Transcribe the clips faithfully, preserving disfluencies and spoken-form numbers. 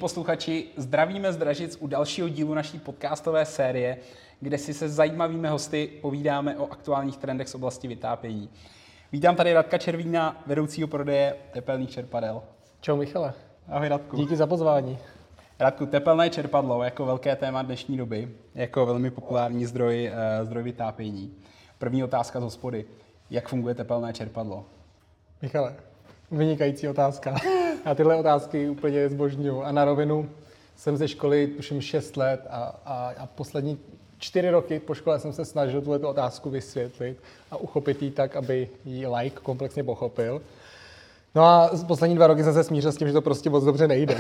posluchači, zdravíme z Dražic u dalšího dílu naší podcastové série, kde si se zajímavými hosty povídáme o aktuálních trendech z oblasti vytápění. Vítám tady Radka Červína, vedoucího prodeje tepelných čerpadel. Čau Michale. Ahoj Radku. Díky za pozvání. Radku, tepelné čerpadlo jako velké téma dnešní doby, jako velmi populární zdroj, zdroj vytápění. První otázka z hospody. Jak funguje tepelné čerpadlo? Michale, vynikající otázka. Já tyhle otázky úplně zbožňuju. A na rovinu jsem ze školy, tuším šest let a, a, a poslední čtyři roky po škole jsem se snažil tuhle otázku vysvětlit a uchopit ji tak, aby ji laik komplexně pochopil. No a poslední dva roky jsem se smířil s tím, že to prostě moc dobře nejde.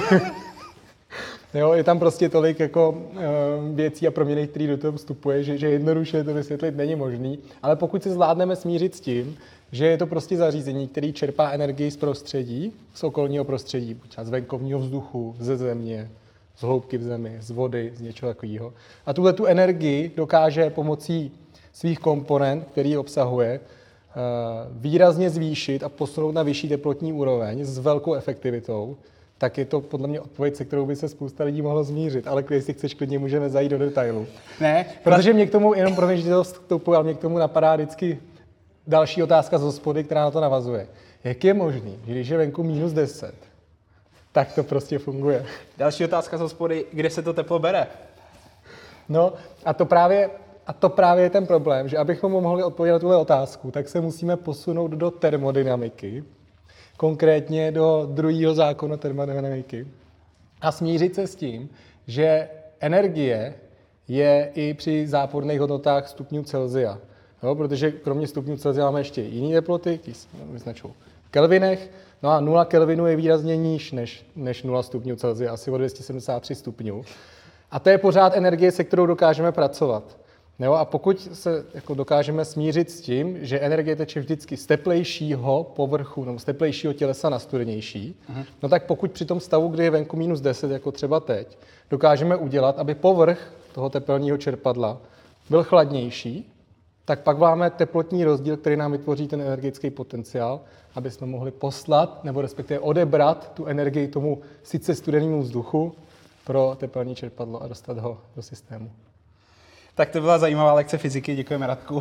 Jo, je tam prostě tolik jako uh, věcí a proměny, které do toho vstupuje, že, že jednoduše to vysvětlit není možný. Ale pokud se zvládneme smířit s tím, že je to prostě zařízení, který čerpá energii z prostředí, z okolního prostředí, buď z venkovního vzduchu, ze země, z hloubky v zemi, z vody, z něčeho takového. A tuhle tu energii dokáže pomocí svých komponent, který obsahuje, uh, výrazně zvýšit a posunout na vyšší teplotní úroveň s velkou efektivitou, tak je to podle mě odpověď, se kterou by se spousta lidí mohlo zmířit. Ale když si chceš, klidně můžeme zajít do detailu. Ne, protože mě k tomu, jenom promiň, že to vstupuji, ale mě k tomu napadá vždycky další otázka z hospody, která na to navazuje. Jak je možný, že když je venku minus deset, tak to prostě funguje? Další otázka z hospody, kde se to teplo bere? No a to právě, a to právě je ten problém, že abychom mohli odpovědět na tuhle otázku, tak se musíme posunout do termodynamiky, konkrétně do druhého zákona termodynamiky a smířit se s tím, že energie je i při záporných hodnotách stupňů Celsia. Jo, protože kromě stupňů Celsia máme ještě jiné teploty, které se vyznačují v kelvinech. No a nula kelvinu je výrazně níž než, než nula stupňů Celsia, asi o dvě stě sedmdesát tři stupňů. A to je pořád energie, se kterou dokážeme pracovat. Jo, a pokud se jako dokážeme smířit s tím, že energie teče vždycky z teplejšího povrchu nebo z teplejšího tělesa na studenější, uh-huh. no tak pokud při tom stavu, kdy je venku minus deset, jako třeba teď, dokážeme udělat, aby povrch toho tepelného čerpadla byl chladnější, tak pak máme teplotní rozdíl, který nám vytvoří ten energetický potenciál, aby jsme mohli poslat nebo respektive odebrat tu energii tomu sice studenému vzduchu pro tepelné čerpadlo a dostat ho do systému. Tak to byla zajímavá lekce fyziky, děkujeme Radku.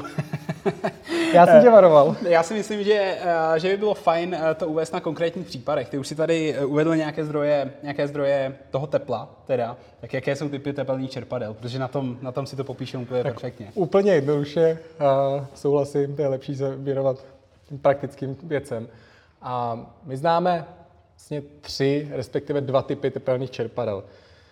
Já jsem tě varoval. Já si myslím, že, že by bylo fajn to uvést na konkrétních případech. Ty už si tady uvedl nějaké zdroje, nějaké zdroje toho tepla, teda, tak jaké jsou typy tepelných čerpadel, protože na tom, na tom si to popíšeme úplně tak perfektně. Úplně jednoduše, a souhlasím, to je lepší se věnovat praktickým věcem. A my známe vlastně tři, respektive dva typy tepelných čerpadel.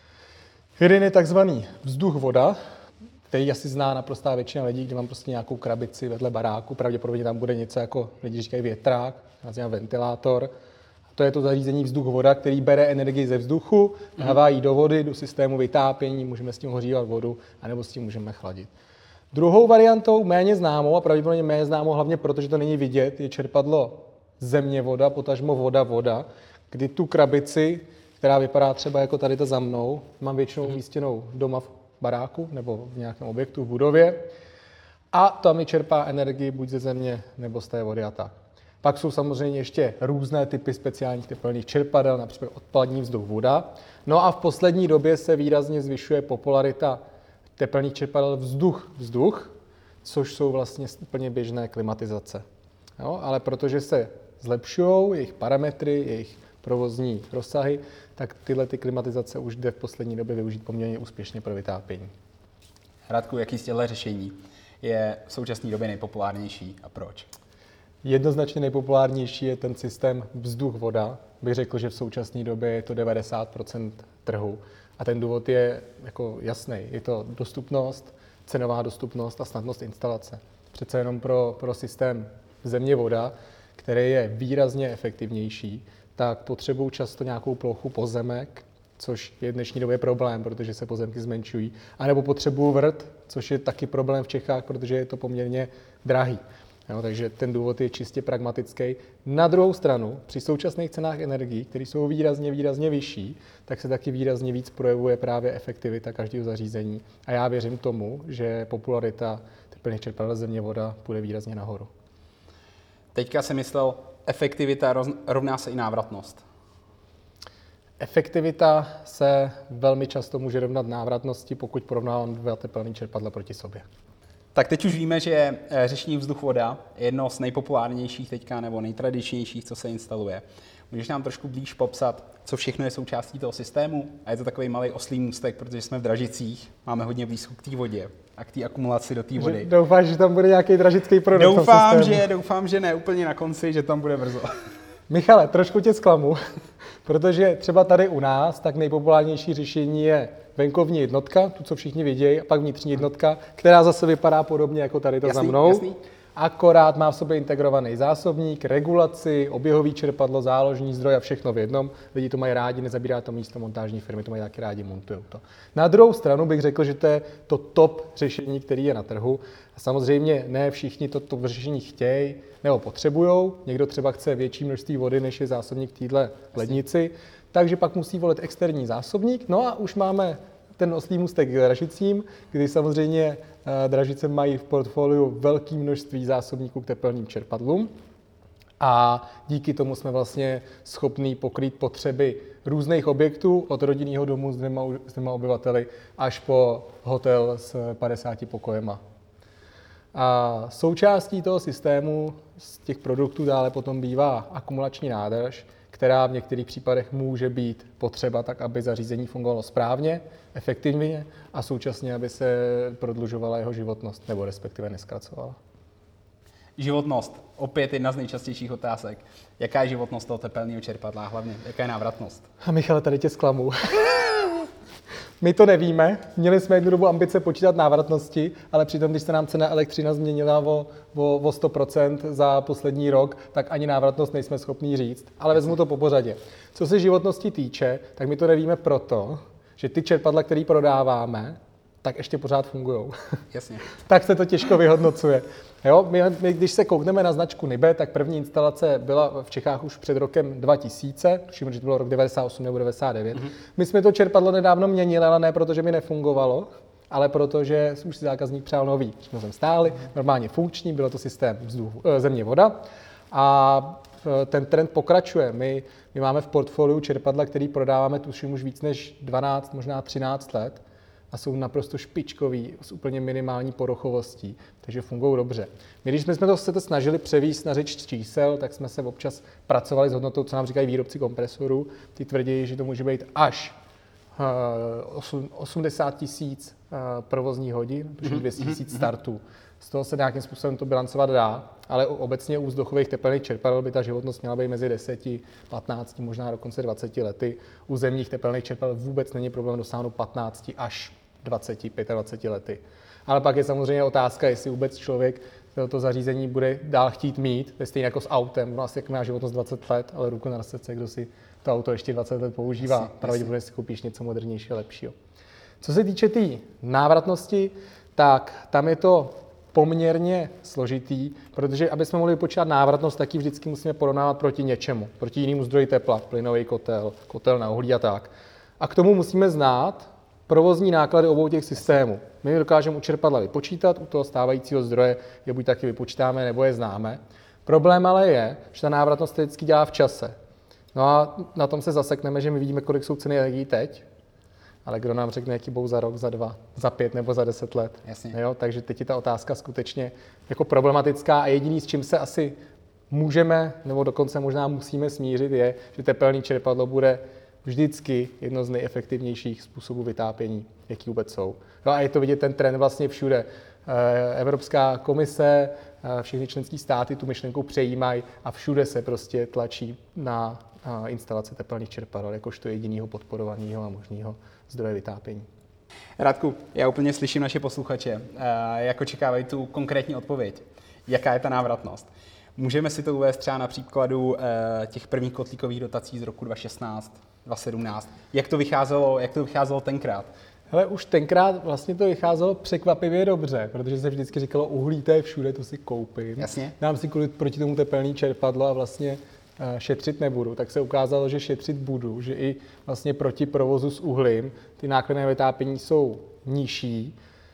Jeden je takzvaný vzduch-voda, který asi zná naprostá většina lidí, kde mám prostě nějakou krabici vedle baráku, pravděpodobně tam bude něco jako lidi říkají větrák, nazývám ventilátor. A to je to zařízení vzduch-voda, který bere energii ze vzduchu, dává ji do vody, do systému vytápění, můžeme s tím ohřívat vodu, anebo s tím můžeme chladit. Druhou variantou, méně známou a pravděpodobně méně známou, hlavně protože to není vidět, je čerpadlo země-voda, potažmo voda-voda, kdy tu krabici, která vypadá třeba jako tady to za mnou, mám většinou umístěnou doma v baráku nebo v nějakém objektu v budově a tam mi čerpá energii buď ze země nebo z té vody a tak. Pak jsou samozřejmě ještě různé typy speciálních tepelných čerpadel, například odpadní vzduch voda. No a v poslední době se výrazně zvyšuje popularita tepelných čerpadel vzduch vzduch, což jsou vlastně úplně běžné klimatizace. Jo, ale protože se zlepšují jejich parametry, jejich provozní rozsahy, tak tyhle ty klimatizace už jde v poslední době využít poměrně úspěšně pro vytápění. Radku, jaký z těchto řešení je v současné době nejpopulárnější a proč? Jednoznačně nejpopulárnější je ten systém vzduch-voda. Bych řekl, že v současné době je to devadesát procent trhu. A ten důvod je jako jasný. Je to dostupnost, cenová dostupnost a snadnost instalace. Přece jenom pro, pro systém země-voda, který je výrazně efektivnější, tak potřebují často nějakou plochu pozemek, což je v dnešní době problém, protože se pozemky zmenšují, anebo potřebují vrt, což je taky problém v Čechách, protože je to poměrně drahý. Jo, takže ten důvod je čistě pragmatický. Na druhou stranu, při současných cenách energií, které jsou výrazně, výrazně vyšší, tak se taky výrazně víc projevuje právě efektivita každého zařízení. A já věřím tomu, že popularita tepelných čerpadel země voda půjde výrazně nahoru. Teďka jsem myslel, efektivita rovná se i návratnost. Efektivita se velmi často může rovnat návratnosti, pokud porovnávám dva tepelné čerpadla proti sobě. Tak teď už víme, že řešení vzduch-voda je jedno z nejpopulárnějších teďka nebo nejtradičnějších, co se instaluje. Můžeš nám trošku blíž popsat, co všechno je součástí toho systému? A je to takový malý oslý můstek, protože jsme v Dražicích, máme hodně blízko k té vodě a k té akumulaci do té vody. Doufáš, že tam bude nějaký dražický produkt? Doufám, že, doufám, že ne úplně na konci, že tam bude brzo. Michale, trošku tě zklamu, protože třeba tady u nás tak nejpopulárnější řešení je venkovní jednotka, tu, co všichni vidějí, a pak vnitřní jednotka, která zase vypadá podobně jako tady to jasný, za mnou. Jasný. Akorát má v sobě integrovaný zásobník, regulaci, oběhový čerpadlo, záložní zdroj a všechno v jednom. Lidi to mají rádi, nezabírá to místo, montážní firmy to mají taky rádi, montujou to. Na druhou stranu bych řekl, že to je to top řešení, který je na trhu. A samozřejmě ne všichni to top řešení chtějí nebo potřebují. Někdo třeba chce větší množství vody, než je zásobník v téhle lednici, takže pak musí volit externí zásobník. No a už máme ten oslý můstek k Dražicím, kdy samozřejmě Dražice mají v portfoliu velké množství zásobníků k tepelným čerpadlům a díky tomu jsme vlastně schopní pokrýt potřeby různých objektů, od rodinného domu s dvěma, s dvěma obyvateli až po hotel s padesáti pokojema. A součástí toho systému z těch produktů dále potom bývá akumulační nádrž, která v některých případech může být potřeba tak, aby zařízení fungovalo správně, efektivně a současně, aby se prodlužovala jeho životnost, nebo respektive neskracovala. Životnost, opět jedna z nejčastějších otázek. Jaká je životnost toho tepelného čerpadla, hlavně jaká je návratnost? A Michale, tady tě zklamu. My to nevíme, měli jsme jednu dobu ambice počítat návratnosti, ale přitom, když se nám cena elektřina změnila o, o, o sto procent za poslední rok, tak ani návratnost nejsme schopní říct, ale vezmu to po pořadě. Co se životnosti týče, tak my to nevíme proto, že ty čerpadla, které prodáváme, tak ještě pořád fungují. Jasně. Tak se to těžko vyhodnocuje. Jo, my, my, když se koukneme na značku Nibe, tak první instalace byla v Čechách už před rokem dva tisíce, tuším, že to bylo rok devadesát osm nebo devadesát devět. Mm-hmm. My jsme to čerpadlo nedávno měnili, ale ne proto, že mi nefungovalo, ale protože už si zákazník přál nový. Jsme tam stáli, normálně funkční, bylo to systém vzduch, země, voda a ten trend pokračuje. My, my máme v portfoliu čerpadla, který prodáváme tuším už víc než dvanáct, možná třináct let. A jsou naprosto špičkový, s úplně minimální porochovostí, takže fungují dobře. My, když jsme to se to snažili převést na řeč čísel, tak jsme se občas pracovali s hodnotou, co nám říkají výrobci kompresorů. Ty tvrdí, že to může být až osmdesát tisíc provozních hodin, protože dvě stě tisíc startů. Z toho se nějakým způsobem to bilancovat dá, ale obecně u vzduchových tepelných čerpadel by ta životnost měla být mezi deseti, patnácti, možná dokonce dvaceti lety. U zemních tepelných čerpadel vůbec není problém dosáhnout patnácti až dvaceti, dvaceti pěti lety. Ale pak je samozřejmě otázka, jestli vůbec člověk to zařízení bude dál chtít mít, to je stejně jako s autem, vlastně jak má životnost dvacet let, ale ruku na srdce, kdo si to auto ještě dvacet let používá, pravděpodobně si koupíš něco modernějšího, lepšího. Co se týče té tý návratnosti, tak tam je to poměrně složitý, protože aby jsme mohli vypočítat návratnost, taky vždycky musíme porovnávat proti něčemu, proti jinému zdroji tepla, plynový kotel, kotel na uhlí a tak. A k tomu musíme znát provozní náklady obou těch systémů. My dokážeme u čerpadla vypočítat, u toho stávajícího zdroje je buď taky vypočítáme, nebo je známe. Problém ale je, že ta návratnost se vždycky dělá v čase. No a na tom se zasekneme, že my vidíme, kolik jsou ceny energií teď, ale kdo nám řekne, jaký budou za rok, za dva, za pět nebo za deset let. Jasně. Jo, takže teď je ta otázka skutečně jako problematická a jediný, s čím se asi můžeme, nebo dokonce možná musíme smířit, je, že tepelné čerpadlo bude vždycky jedno z nejefektivnějších způsobů vytápění, jaký vůbec jsou. No a je to vidět ten trend vlastně všude. Evropská komise, všechny členské státy tu myšlenku přejímají a všude se prostě tlačí na instalace tepelných čerpadel jakožto jediného podporovaného a možného zdroje vytápění. Radku, já úplně slyším naše posluchače, jak očekávají tu konkrétní odpověď. Jaká je ta návratnost? Můžeme si to uvést třeba na příkladu těch prvních kotlíkových dotací z roku dva tisíce šestnáct, dva tisíce sedmnáct. Jak to vycházelo, jak to vycházelo tenkrát? Hele, už tenkrát vlastně to vycházelo překvapivě dobře, protože se vždycky říkalo, uhlí to je všude, to si koupím. Jasně. Dám si kvůli proti tomu tepelný čerpadlo a vlastně šetřit nebudu. Tak se ukázalo, že šetřit budu, že i vlastně proti provozu s uhlím ty náklady na vytápění jsou nižší.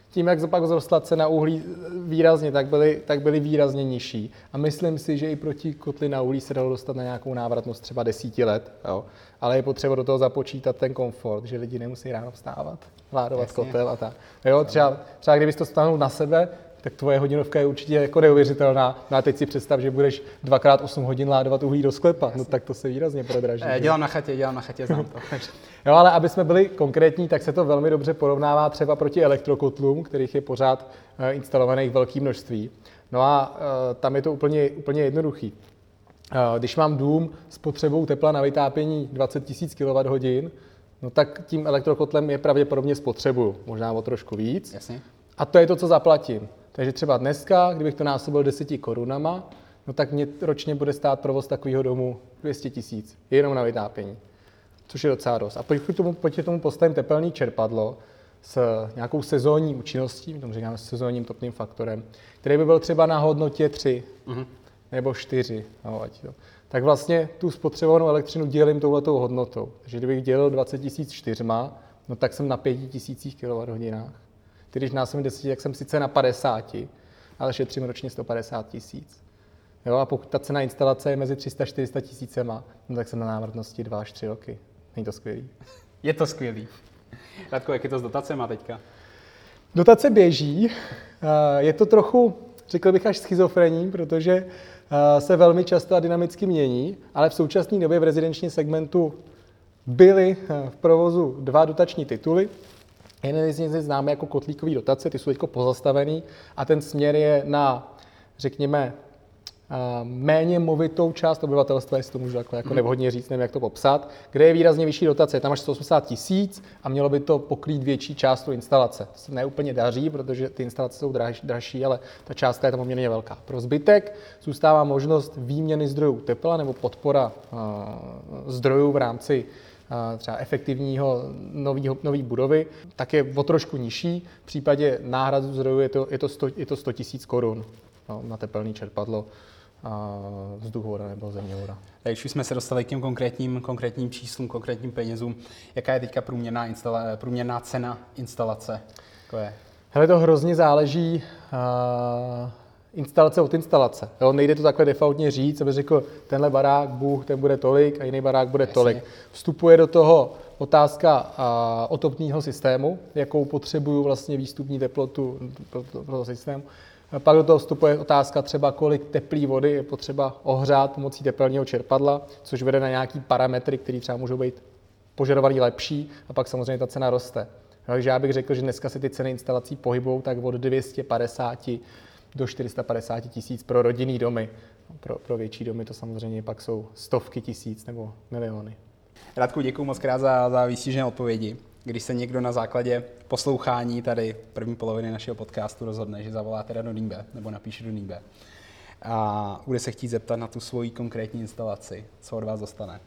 tím, jak pak vzrostla cena uhlí výrazně, tak byly, tak byly výrazně nižší. A myslím si, že i proti kotli na uhlí se dalo dostat na nějakou návratnost třeba desíti let. Jo. Ale je potřeba do toho započítat ten komfort, že lidi nemusí ráno vstávat, vládovat kotel a tak. Jo, třeba, třeba kdybys to stáhnul na sebe, tak tvoje hodinovka je určitě jako neuvěřitelná. No a teď si představ, že budeš dvakrát osm hodin ládovat uhlí do sklepa. No tak to se výrazně prodraží. E, dělám na chatě, dělám na chatě, znám to. Jo, ale aby jsme byli konkrétní, tak se to velmi dobře porovnává třeba proti elektrokotlům, kterých je pořád instalovaných velké množství. No a e, tam je to úplně, úplně jednoduchý. E, když mám dům s potřebou tepla na vytápění dvacet tisíc kilowatthodin, no tak tím elektrokotlem je pravděpodobně spotřebuju, možná o trošku víc. Jasně. A to je to, co zaplatím. Takže třeba dneska, kdybych to násobil deseti korunama, no tak mě ročně bude stát provoz takového domu dvě stě tisíc, jenom na vytápění, což je docela dost. A pokud tomu, pokud tomu postavím tepelné čerpadlo s nějakou sezónní účinností, my tomu říkáme s sezónním topným faktorem, který by byl třeba na hodnotě tři mm-hmm. nebo čtyři, no, ať to. Tak vlastně tu spotřebovanou elektřinu dělím touhletou hodnotou. Takže kdybych dělil dvacet tisíc čtyřma, no tak jsem na pěti tisících kilowatthodinách. Když násobím deset, tak jsem sice na padesáti, ale šetřím ročně sto padesát tisíc. Jo, a pokud ta cena instalace je mezi tři sta až čtyři sta tisícema, no tak jsem na návratnosti dva až tři roky. Není to skvělý? Je to skvělý. Radko, jak je to s dotacema teďka? Dotace běží. Je to trochu, řekl bych, až schizofrení, protože se velmi často a dynamicky mění, ale v současné době v rezidenčním segmentu byly v provozu dva dotační tituly. Jeden z nich známe jako kotlíkový dotace, ty jsou teď pozastavený a ten směr je na, řekněme, méně movitou část obyvatelstva, jestli to můžu takhle jako nevhodně říct, nevím, jak to popsat, kde je výrazně vyšší dotace, tam až sto osmdesát tisíc a mělo by to pokrýt větší část tu instalace. To se neúplně daří, protože ty instalace jsou draž, dražší, ale ta částka je tam poměrně velká. Pro zbytek zůstává možnost výměny zdrojů tepla nebo podpora uh, zdrojů v rámci třeba efektivního novýho, nový budovy, tak je o trošku nižší. V případě náhradu zdrojů je to, je to, sto, je to sto tisíc korun no, na tepelné čerpadlo, vzduchovoda nebo zeměvoda. Takže už jsme se dostali k těm konkrétním, konkrétním číslům, konkrétním penězům. Jaká je teďka průměrná, instala, průměrná cena instalace? Jako je? Hele, to hrozně záleží uh, instalace od instalace. Jo, nejde to takhle defaultně říct, aby řekl, tenhle barák, Bůh, ten bude tolik a jiný barák bude Jasně. tolik. Vstupuje do toho otázka uh, otopného systému, jakou potřebuju vlastně výstupní teplotu pro, pro, pro systém. Pak do toho vstupuje otázka třeba, kolik teplé vody je potřeba ohřát pomocí tepelného čerpadla, což vede na nějaký parametry, které třeba můžou být požadovaný lepší a pak samozřejmě ta cena roste. Takže já bych řekl, že dneska se ty ceny instalací pohybují tak od dvě stě padesát do čtyři sta padesát tisíc pro rodinný domy. Pro, pro větší domy to samozřejmě pak jsou stovky tisíc nebo miliony. Radku, děkuji moc krát za, za výstižné odpovědi. Když se někdo na základě poslouchání tady první poloviny našeho podcastu rozhodne, že zavolá teda do Nýbe nebo napíše do Nýbe a bude se chtít zeptat na tu svoji konkrétní instalaci, co od vás dostane?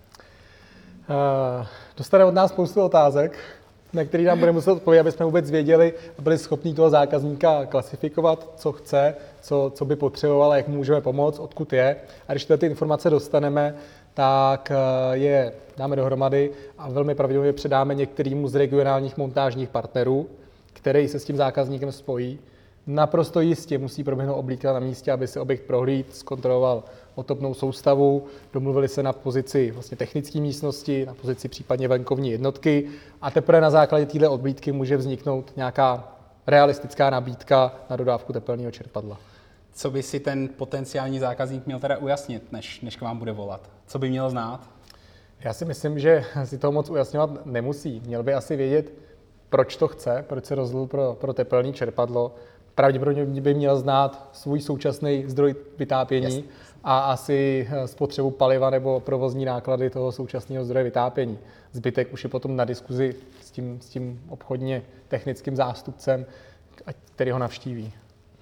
Uh, dostane od nás spoustu otázek, na který nám bude muset odpovědět, aby jsme vůbec věděli a byli schopni toho zákazníka klasifikovat, co chce, co, co by potřeboval, jak mu můžeme pomoct, odkud je. A když ty informace dostaneme, tak je dáme dohromady a velmi pravděpodobně předáme některému z regionálních montážních partnerů, který se s tím zákazníkem spojí. Naprosto jistě musí proběhnout oblídka na místě, aby se objekt prohlídl, zkontroloval otopnou soustavu, domluvili se na pozici vlastně technické místnosti, na pozici případně venkovní jednotky a teprve na základě této oblídky může vzniknout nějaká realistická nabídka na dodávku tepelného čerpadla. Co by si ten potenciální zákazník měl teda ujasnit, než, než k vám bude volat? Co by měl znát? Já si myslím, že si toho moc ujasňovat nemusí. Měl by asi vědět, proč to chce, proč se rozhodl pro, pro tepelné čerpadlo. Pravděpodobně by měl znát svůj současný zdroj vytápění yes. a asi spotřebu paliva nebo provozní náklady toho současného zdroje vytápění. Zbytek už je potom na diskuzi s tím, s tím obchodně technickým zástupcem, který ho navštíví.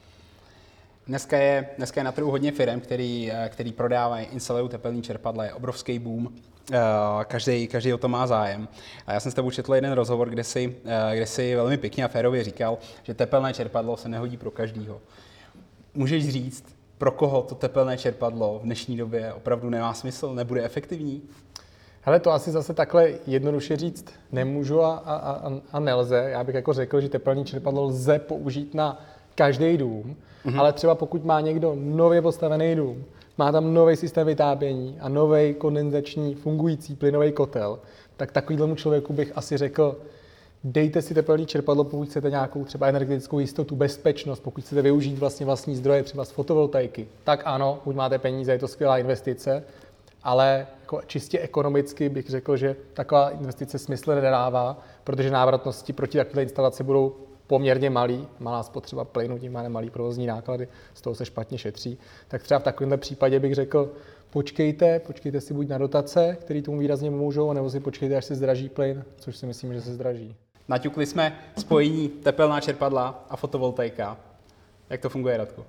Dneska je, dneska je na trhu hodně firem, který, který prodávají, instalují tepelný čerpadla, je obrovský boom. Každý, každý o to má zájem. A já jsem s tebou četl jeden rozhovor, kde si, kde si velmi pěkně a férově říkal, že tepelné čerpadlo se nehodí pro každýho. Můžeš říct, pro koho to tepelné čerpadlo v dnešní době opravdu nemá smysl, nebude efektivní? Hele, to asi zase takhle jednoduše říct nemůžu a, a, a, a nelze. Já bych jako řekl, že tepelné čerpadlo lze použít na každý dům, mm-hmm. ale třeba pokud má někdo nově postavený dům, má tam nový systém vytápění a nový kondenzační fungující plynový kotel, tak takovýhlemu člověku bych asi řekl, dejte si tepelné čerpadlo, pokud chcete nějakou třeba energetickou jistotu, bezpečnost, pokud chcete využít vlastně vlastní zdroje, třeba z fotovoltaiky, tak ano, pokud máte peníze, je to skvělá investice, ale jako čistě ekonomicky bych řekl, že taková investice smysl nedává, protože návratnosti proti takové instalaci budou poměrně malý, malá spotřeba plynu, tím má malý provozní náklady, z toho se špatně šetří. Tak třeba v takovémhle případě bych řekl, počkejte, počkejte si buď na dotace, které tomu výrazně pomůžou, nebo si počkejte, až se zdraží plyn, což si myslím, že se zdraží. Naťukli jsme spojení tepelná čerpadla a fotovoltaika. Jak to funguje, Radku?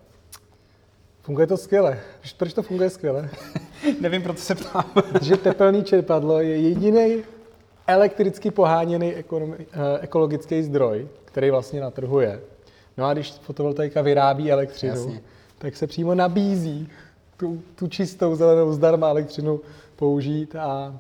Funguje to skvěle. Proč to funguje skvěle? Nevím, proto se ptám. Že tepelné čerpadlo je jediný elektricky poháněný ekonomi- ekologický zdroj, který vlastně na trhu je. No a když fotovoltaika vyrábí elektřinu, Jasně. tak se přímo nabízí tu, tu čistou zelenou zdarma elektřinu použít a,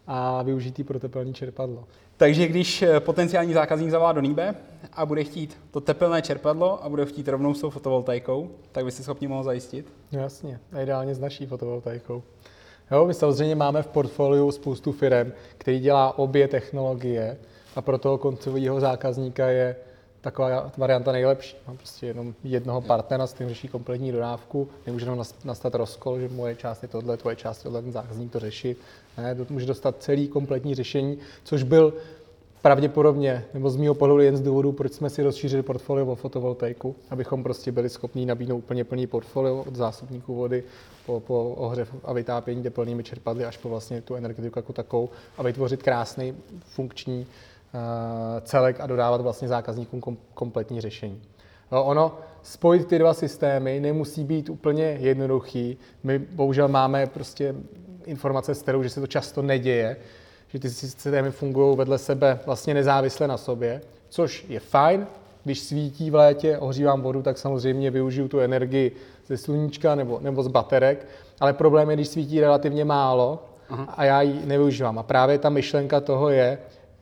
a využít ji pro tepelné čerpadlo. Takže když potenciální zákazník zavolá do Nibe a bude chtít to tepelné čerpadlo a bude chtít rovnou s tou fotovoltaikou, tak by si schopni mohl zajistit? No jasně, a ideálně s naší fotovoltaikou. Jo, my samozřejmě máme v portfoliu spoustu firem, který dělá obě technologie a pro toho koncového zákazníka je taková varianta nejlepší. Mám prostě jenom jednoho partnera, s tím řeší kompletní dodávku, nemůže nám nastat rozkol, že moje část je tohle, tvoje část je tohle, ten zákazník to řešit. Ne, to může dostat celý kompletní řešení, což byl pravděpodobně, nebo z mého pohledu jen z důvodu, proč jsme si rozšířili portfolio o fotovoltaiku, abychom prostě byli schopni nabídnout úplně plný portfolio od zásobníků vody po, po ohřev a vytápění teplnými čerpadly až po vlastně tu energetiku jako takovou a vytvořit krásný funkční uh, celek a dodávat vlastně zákazníkům kom, kompletní řešení. No, ono, spojit ty dva systémy nemusí být úplně jednoduchý. My bohužel máme prostě informace z kterou, že se to často neděje, že ty systémy fungují vedle sebe vlastně nezávisle na sobě, což je fajn. Když svítí v létě, ohřívám vodu, tak samozřejmě využiju tu energii ze sluníčka nebo, nebo z baterek, ale problém je, když svítí relativně málo Aha. a já ji nevyužívám. A právě ta myšlenka toho je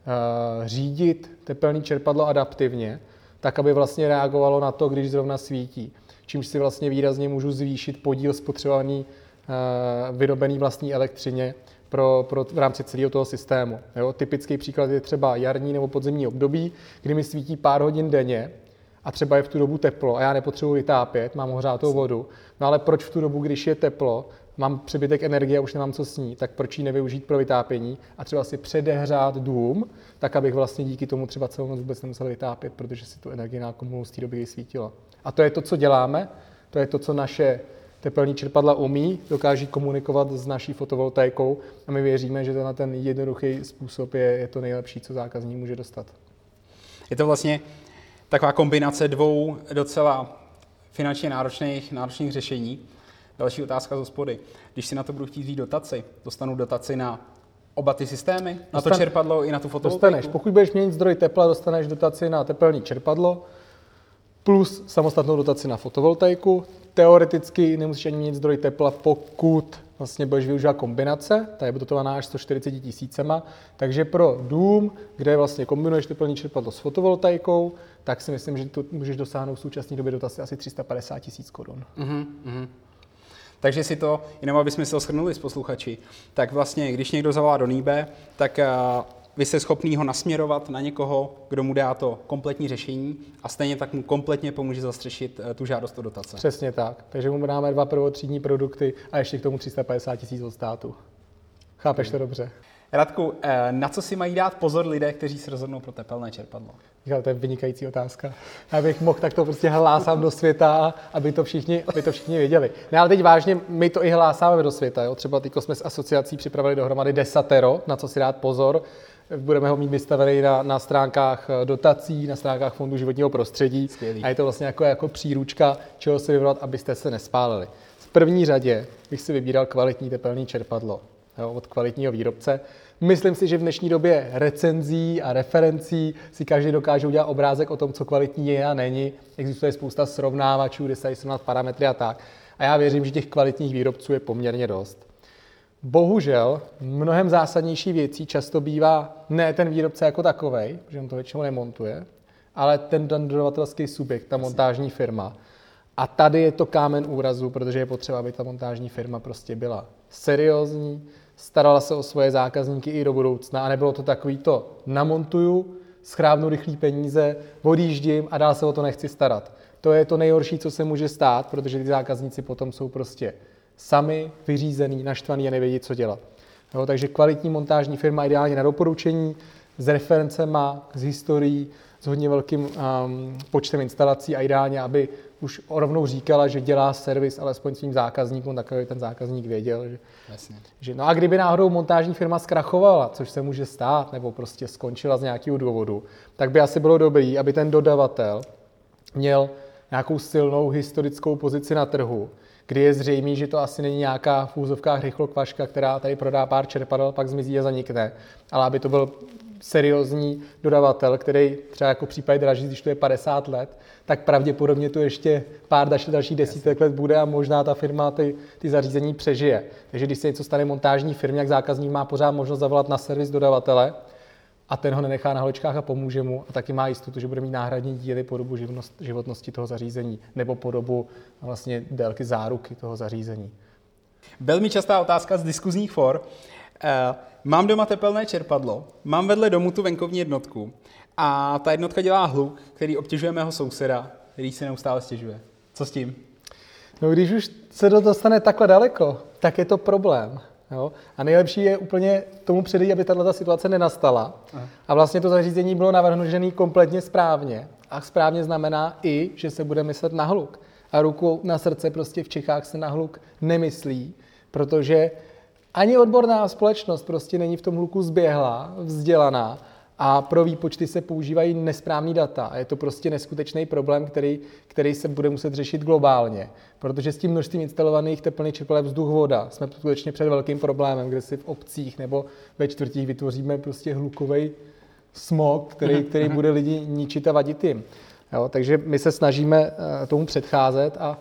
uh, řídit tepelné čerpadlo adaptivně, tak, aby vlastně reagovalo na to, když zrovna svítí. Čímž si vlastně výrazně můžu zvýšit podíl spotřebovaný uh, vyrobený vlastní elektřině Pro, pro, v rámci celého toho systému. Jo? Typický příklad je třeba jarní nebo podzimní období, kdy mi svítí pár hodin denně a třeba je v tu dobu teplo a já nepotřebuji vytápět, mám ohřátou vodu. No ale proč v tu dobu, když je teplo, mám přebytek energie a už nemám co snít, tak proč ji nevyužít pro vytápění a třeba si předehřát dům, tak abych vlastně díky tomu třeba celou noc vůbec nemusel vytápět, protože si tu energii nakumuluji z té doby, kdy svítilo. A to je to, co děláme, to je to, co naše tepelní čerpadla umí, dokáží komunikovat s naší fotovoltaikou a my věříme, že na ten jednoduchý způsob je, je to nejlepší, co zákazník může dostat. Je to vlastně taková kombinace dvou docela finančně náročných, náročných řešení. Další otázka z hospody. Když si na to budu chtít vzít dotaci, dostanu dotaci na oba ty systémy, Dostan, na to čerpadlo i na tu fotovoltaiku? Dostaneš. Pokud budeš měnit zdroj tepla, dostaneš dotaci na tepelné čerpadlo plus samostatnou dotaci na fotovoltaiku. Teoreticky nemusíš ani mít zdroj tepla, pokud vlastně budeš využívat kombinace, ta je dotovaná až sto čtyřicet tisícema, takže pro dům, kde vlastně kombinuješ tepelné čerpadlo s fotovoltaikou, tak si myslím, že tu můžeš dosáhnout v současné době dotace asi tři sta padesát tisíc korun. Uh-huh, uh-huh. Takže si to, jenom aby jsme si to shrnuli s posluchači, tak vlastně, když někdo zavolá do Nibe, tak uh, vy jste schopný ho nasměrovat na někoho, kdo mu dá to kompletní řešení a stejně tak mu kompletně pomůže zastřešit uh, tu žádost o dotace. Přesně tak. Takže mu dáme dva prvotřídní produkty a ještě k tomu tři sta padesát tisíc od státu. Chápeš to dobře? Radku, na co si mají dát pozor lidé, kteří se rozhodnou pro tepelné čerpadlo? To je vynikající otázka. Abych mohl takto prostě hlásám do světa, aby to všichni, aby to všichni věděli. Ne, ale teď vážně, my to i hlásáme do světa. Jo? Třeba teď jsme s asociací připravili dohromady desatero, na co si dát pozor. Budeme ho mít vystavený na, na stránkách dotací, na stránkách Fondu životního prostředí. Skvělý. A je to vlastně jako, jako příručka, čeho si vybrat, abyste se nespálili. V první řadě bych si vybíral kvalitní tepelné čerpadlo. Jo, od kvalitního výrobce. Myslím si, že v dnešní době recenzí a referencí si každý dokáže udělat obrázek o tom, co kvalitní je a není. Existuje spousta srovnávačů, kde se dají srovnat parametry a tak. A já věřím, že těch kvalitních výrobců je poměrně dost. Bohužel mnohem zásadnější věcí často bývá ne ten výrobce jako takovej, protože on to většinou nemontuje, ale ten dodavatelský subjekt, ta montážní firma. A tady je to kámen úrazu, protože je potřeba, aby ta montážní firma prostě byla seriózní, starala se o svoje zákazníky i do budoucna a nebylo to takový to namontuju, schrábnu rychlý peníze, odjíždím a dál se o to nechci starat. To je to nejhorší, co se může stát, protože ty zákazníci potom jsou prostě sami, vyřízený, naštvaný a nevědí, co dělat. Jo, takže kvalitní montážní firma ideálně na doporučení, s referencema, s historií, s hodně velkým um, počtem instalací a ideálně, aby už rovnou říkala, že dělá servis alespoň svým zákazníkům, tak aby ten zákazník věděl. Že, že, no a kdyby náhodou montážní firma zkrachovala, což se může stát, nebo prostě skončila z nějakého důvodu, tak by asi bylo dobré, aby ten dodavatel měl nějakou silnou historickou pozici na trhu, kdy je zřejmé, že to asi není nějaká v úzovkách rychlokvaška, která tady prodá pár čerpadel, pak zmizí a zanikne, ale aby to byl seriózní dodavatel, který třeba jako v případě Dražic, když to je padesát let, tak pravděpodobně to ještě pár další, další desítek let bude a možná ta firma ty, ty zařízení přežije. Takže když se něco stane montážní firmě, jak zákazník má pořád možnost zavolat na servis dodavatele a ten ho nenechá na holičkách a pomůže mu a taky má jistotu, že bude mít náhradní díly po dobu životnost, životnosti toho zařízení nebo po dobu vlastně délky záruky toho zařízení. Velmi častá otázka z diskuzních for. Uh, mám doma tepelné čerpadlo, mám vedle domu tu venkovní jednotku a ta jednotka dělá hluk, který obtěžuje mého souseda, který se neustále stěžuje. Co s tím? No když už se to dostane takhle daleko, tak je to problém. Jo? A nejlepší je úplně tomu předejít, aby tato situace nenastala. Aha. A vlastně to zařízení bylo navržené kompletně správně. A správně znamená i, že se bude myslet na hluk. A rukou na srdce prostě v Čechách se na hluk nemyslí, protože ani odborná společnost prostě není v tom hluku zběhlá, vzdělaná a pro výpočty se používají nesprávný data. A je to prostě neskutečný problém, který, který se bude muset řešit globálně. Protože s tím množstvím instalovaných teplných čerpadel vzduch voda jsme skutečně před velkým problémem, kde si v obcích nebo ve čtvrtích vytvoříme prostě hlukový smog, který, který bude lidi ničit a vadit jim. Jo, takže my se snažíme tomu předcházet a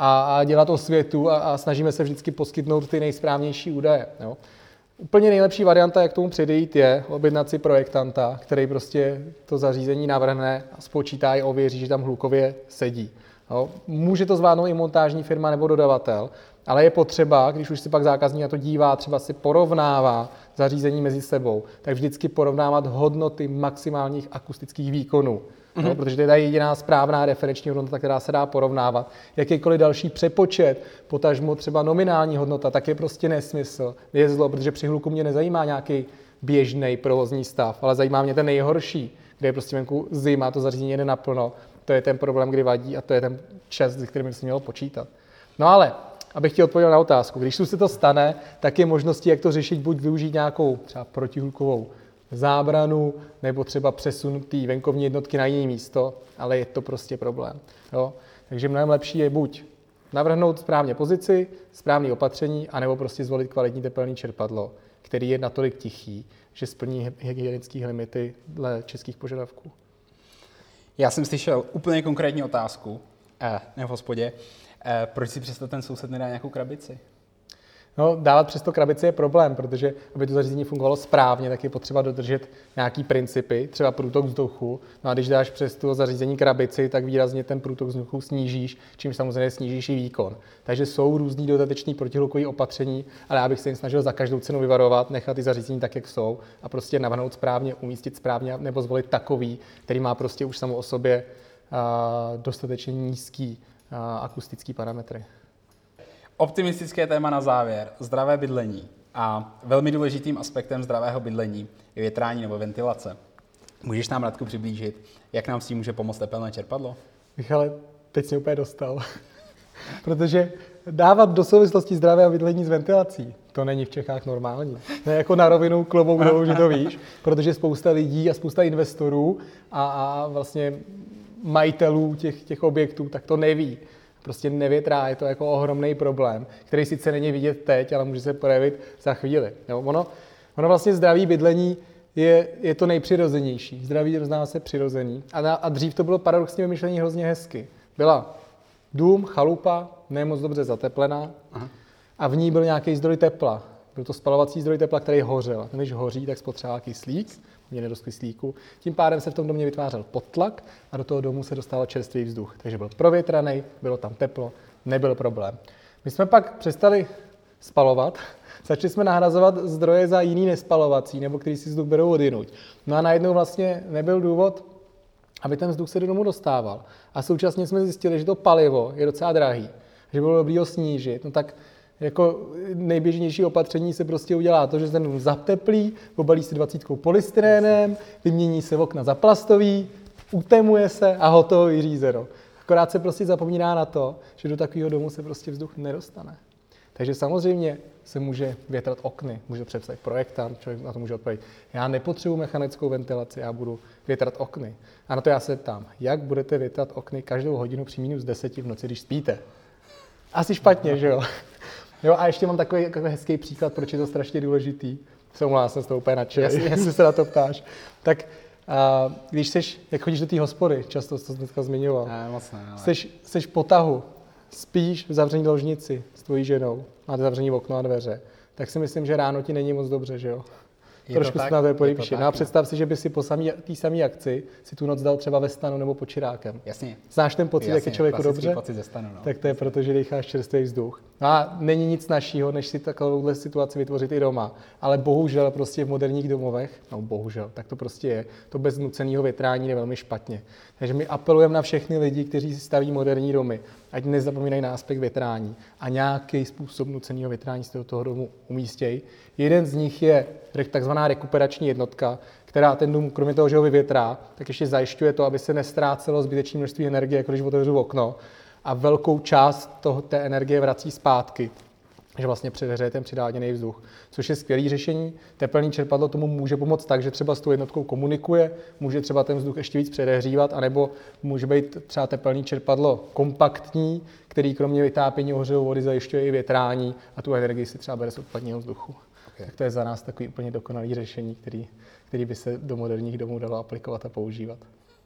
a dělat osvětu a, a snažíme se vždycky poskytnout ty nejsprávnější údaje. Jo. Úplně nejlepší varianta, jak tomu předejít, je objednat si projektanta, který prostě to zařízení navrhne a spočítá a ověří, že tam hlukově sedí. Jo. Může to zvládnout i montážní firma nebo dodavatel, ale je potřeba, když už si pak zákazník na to dívá, třeba si porovnává zařízení mezi sebou, tak vždycky porovnávat hodnoty maximálních akustických výkonů. No, protože to je ta jediná správná referenční hodnota, která se dá porovnávat. Jakýkoliv další přepočet, potažmo třeba nominální hodnota, tak je prostě nesmysl. Je zlo, protože při hluku mě nezajímá nějaký běžný provozní stav, ale zajímá mě ten nejhorší, kde je prostě venku zima, to zařízení jede naplno. To je ten problém, kdy vadí a to je ten čas, se kterým se mělo počítat. No ale, abych ti odpověděl na otázku, když se to stane, tak je možností, jak to řešit, buď využít nějakou třeba protihlukovou zábranu nebo třeba přesun té venkovní jednotky na jiné místo, ale je to prostě problém. Jo? Takže mnohem lepší je buď navrhnout správně pozici, správné opatření, anebo prostě zvolit kvalitní tepelné čerpadlo, který je natolik tichý, že splní hygienické limity dle českých požadavků. Já jsem slyšel úplně konkrétní otázku, eh, ne v hospodě, eh, proč si přesto ten soused nedá nějakou krabici? No, dávat přes to krabici je problém, protože aby to zařízení fungovalo správně, tak je potřeba dodržet nějaký principy, třeba průtok vzduchu. No a když dáš přes to zařízení krabici, tak výrazně ten průtok vzduchu snížíš, čímž samozřejmě snížíš i výkon. Takže jsou různý dodateční protihlukové opatření, ale já bych se jim snažil za každou cenu vyvarovat, nechat ty zařízení tak, jak jsou a prostě navrhnout správně, umístit správně nebo zvolit takový, který má prostě už samo o sobě uh, dostatečně nízký uh, akustický parametry. Optimistické téma na závěr. Zdravé bydlení. A velmi důležitým aspektem zdravého bydlení je větrání nebo ventilace. Můžeš nám, Radku, přiblížit, jak nám s tím může pomoct tepelné čerpadlo? Michale, teď jsi úplně dostal. Protože dávat do souvislosti zdravého bydlení s ventilací, to není v Čechách normální. Ne jako na rovinu klobouk dolů, že to víš, protože spousta lidí a spousta investorů a, a vlastně majitelů těch, těch objektů, tak to neví. Prostě nevětrá, je to jako ohromný problém, který sice není vidět teď, ale může se projevit za chvíli. Jo, ono, ono vlastně zdravý bydlení je, je to nejpřirozenější. Zdraví rozná se přirozený. A, na, a dřív to bylo paradoxně vymyšlení hrozně hezky. Byla dům, chalupa, ne moc dobře zateplená. Aha. A v ní byl nějaký zdroj tepla. Byl to spalovací zdroj tepla, který hořel. Ten, když hoří, tak spotřeboval kyslík, měl nedost kyslíku. Tím pádem se v tom domě vytvářel podtlak a do toho domu se dostával čerstvý vzduch. Takže byl provětraný, bylo tam teplo, nebyl problém. My jsme pak přestali spalovat, začali jsme nahrazovat zdroje za jiný nespalovací, nebo který si vzduch berou odjinuť. No a najednou vlastně nebyl důvod, aby ten vzduch se do domu dostával. A současně jsme zjistili, že to palivo je docela drahý, že bylo dobrý ho snížit. No tak jako nejběžnější opatření se prostě udělá to, že se ten dům zateplí, obalí se dvacítkou polystyrénem, vymění se okna za plastový, utemuje se a hotovo, vyřízeno. Akorát se prostě zapomíná na to, že do takového domu se prostě vzduch nedostane. Takže samozřejmě se může větrat okny, může představit projektant, člověk na to může odpovědět. Já nepotřebuji mechanickou ventilaci, já budu větrat okny. A na to já se ptám, jak budete větrat okny každou hodinu při minus deseti v noci, když spíte? Asi špatně, že jo? Jo, a ještě mám takový, takový hezký příklad, proč je to strašně důležitý. Se omlouvám, jsem z toho úplně nadšený, jestli se na to ptáš. Tak a, když seš, jak chodíš do té hospody, často to dneska zmiňoval, ne, moc ne, ale... seš, seš po tahu, spíš v zavřený ložnici s tvojí ženou, máte zavřený okno a dveře, tak si myslím, že ráno ti není moc dobře, že jo? Je Trošku to se na to je tak, podepíše. No a představ si, že by si po té samé akci si tu noc dal třeba ve stanu nebo pod čirákem. Jasně. Znáš ten pocit, Jasně, jak je člověku dobře? Pocit ze stanu, no. Tak to je proto, že dýcháš čerstvý vzduch. No a není nic našího, než si takovouhle situaci vytvořit i doma. Ale bohužel prostě v moderních domovech, no bohužel, tak to prostě je, to bez nuceného větrání je velmi špatně. Takže my apelujeme na všechny lidi, kteří si staví moderní domy, ať nezapomínají na aspekt větrání a nějaký způsob nuceného větrání z toho domu umístějí. Jeden z nich je takzvaná rekuperační jednotka, která ten dům, kromě toho, že ho vyvětrá, tak ještě zajišťuje to, aby se nestrácelo zbytečné množství energie, jako když otevřu okno, a velkou část toho, té energie vrací zpátky, že vlastně předehřeje ten přidáděný vzduch, což je skvělé řešení. Tepelné čerpadlo tomu může pomoct tak, že třeba s tou jednotkou komunikuje, může třeba ten vzduch ještě víc předehřívat, anebo může být třeba tepelné čerpadlo kompaktní, který kromě vytápění ohřevu vody zajišťuje i větrání a tu energii si třeba bere z odpadního vzduchu. Okay. Tak to je za nás takový úplně dokonalý řešení, který, který by se do moderních domů dalo aplikovat a používat.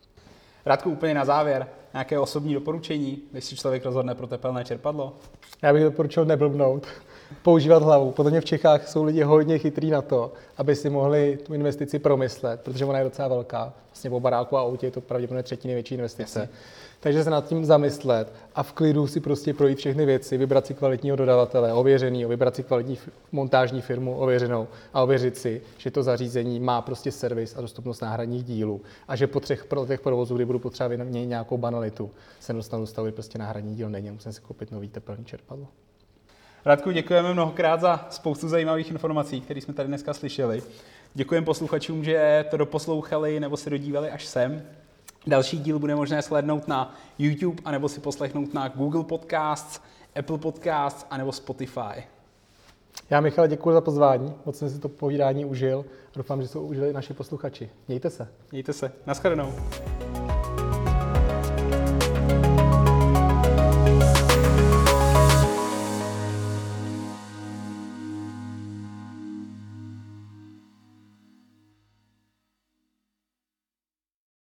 Radku, úplně na závěr, nějaké osobní doporučení, když si člověk rozhodne pro tepelné čerpadlo? Já bych doporučil neblbnout, používat hlavu. Podle mě v Čechách jsou lidi hodně chytrý na to, aby si mohli tu investici promyslet, protože ona je docela velká. Vlastně po baráku a autě je to pravděpodobně třetí největší investice. Jasně. Takže se nad tím zamyslet a v klidu si prostě projít všechny věci, vybrat si kvalitního dodavatele, ověřený, vybrat si kvalitní montážní firmu ověřenou a ověřit si, že to zařízení má prostě servis a dostupnost náhradních dílů a že po třech pro těch provozů, kdy budu potřebovat vyměnit nějakou banalitu, se dostanu do stavu, kdy prostě náhradní díl není a musím si koupit nový tepelný čerpadlo. Radku, děkujeme mnohokrát za spoustu zajímavých informací, které jsme tady dneska slyšeli. Děkujeme posluchačům, že to doposlouchali nebo se dodívali až sem. Další díl bude možné slednout na YouTube anebo si poslechnout na Google Podcasts, Apple Podcasts anebo Spotify. Já, Michale, děkuji za pozvání, moc jsem si to povídání užil a doufám, že se užili naši posluchači. Mějte se. Mějte se. Naschledanou.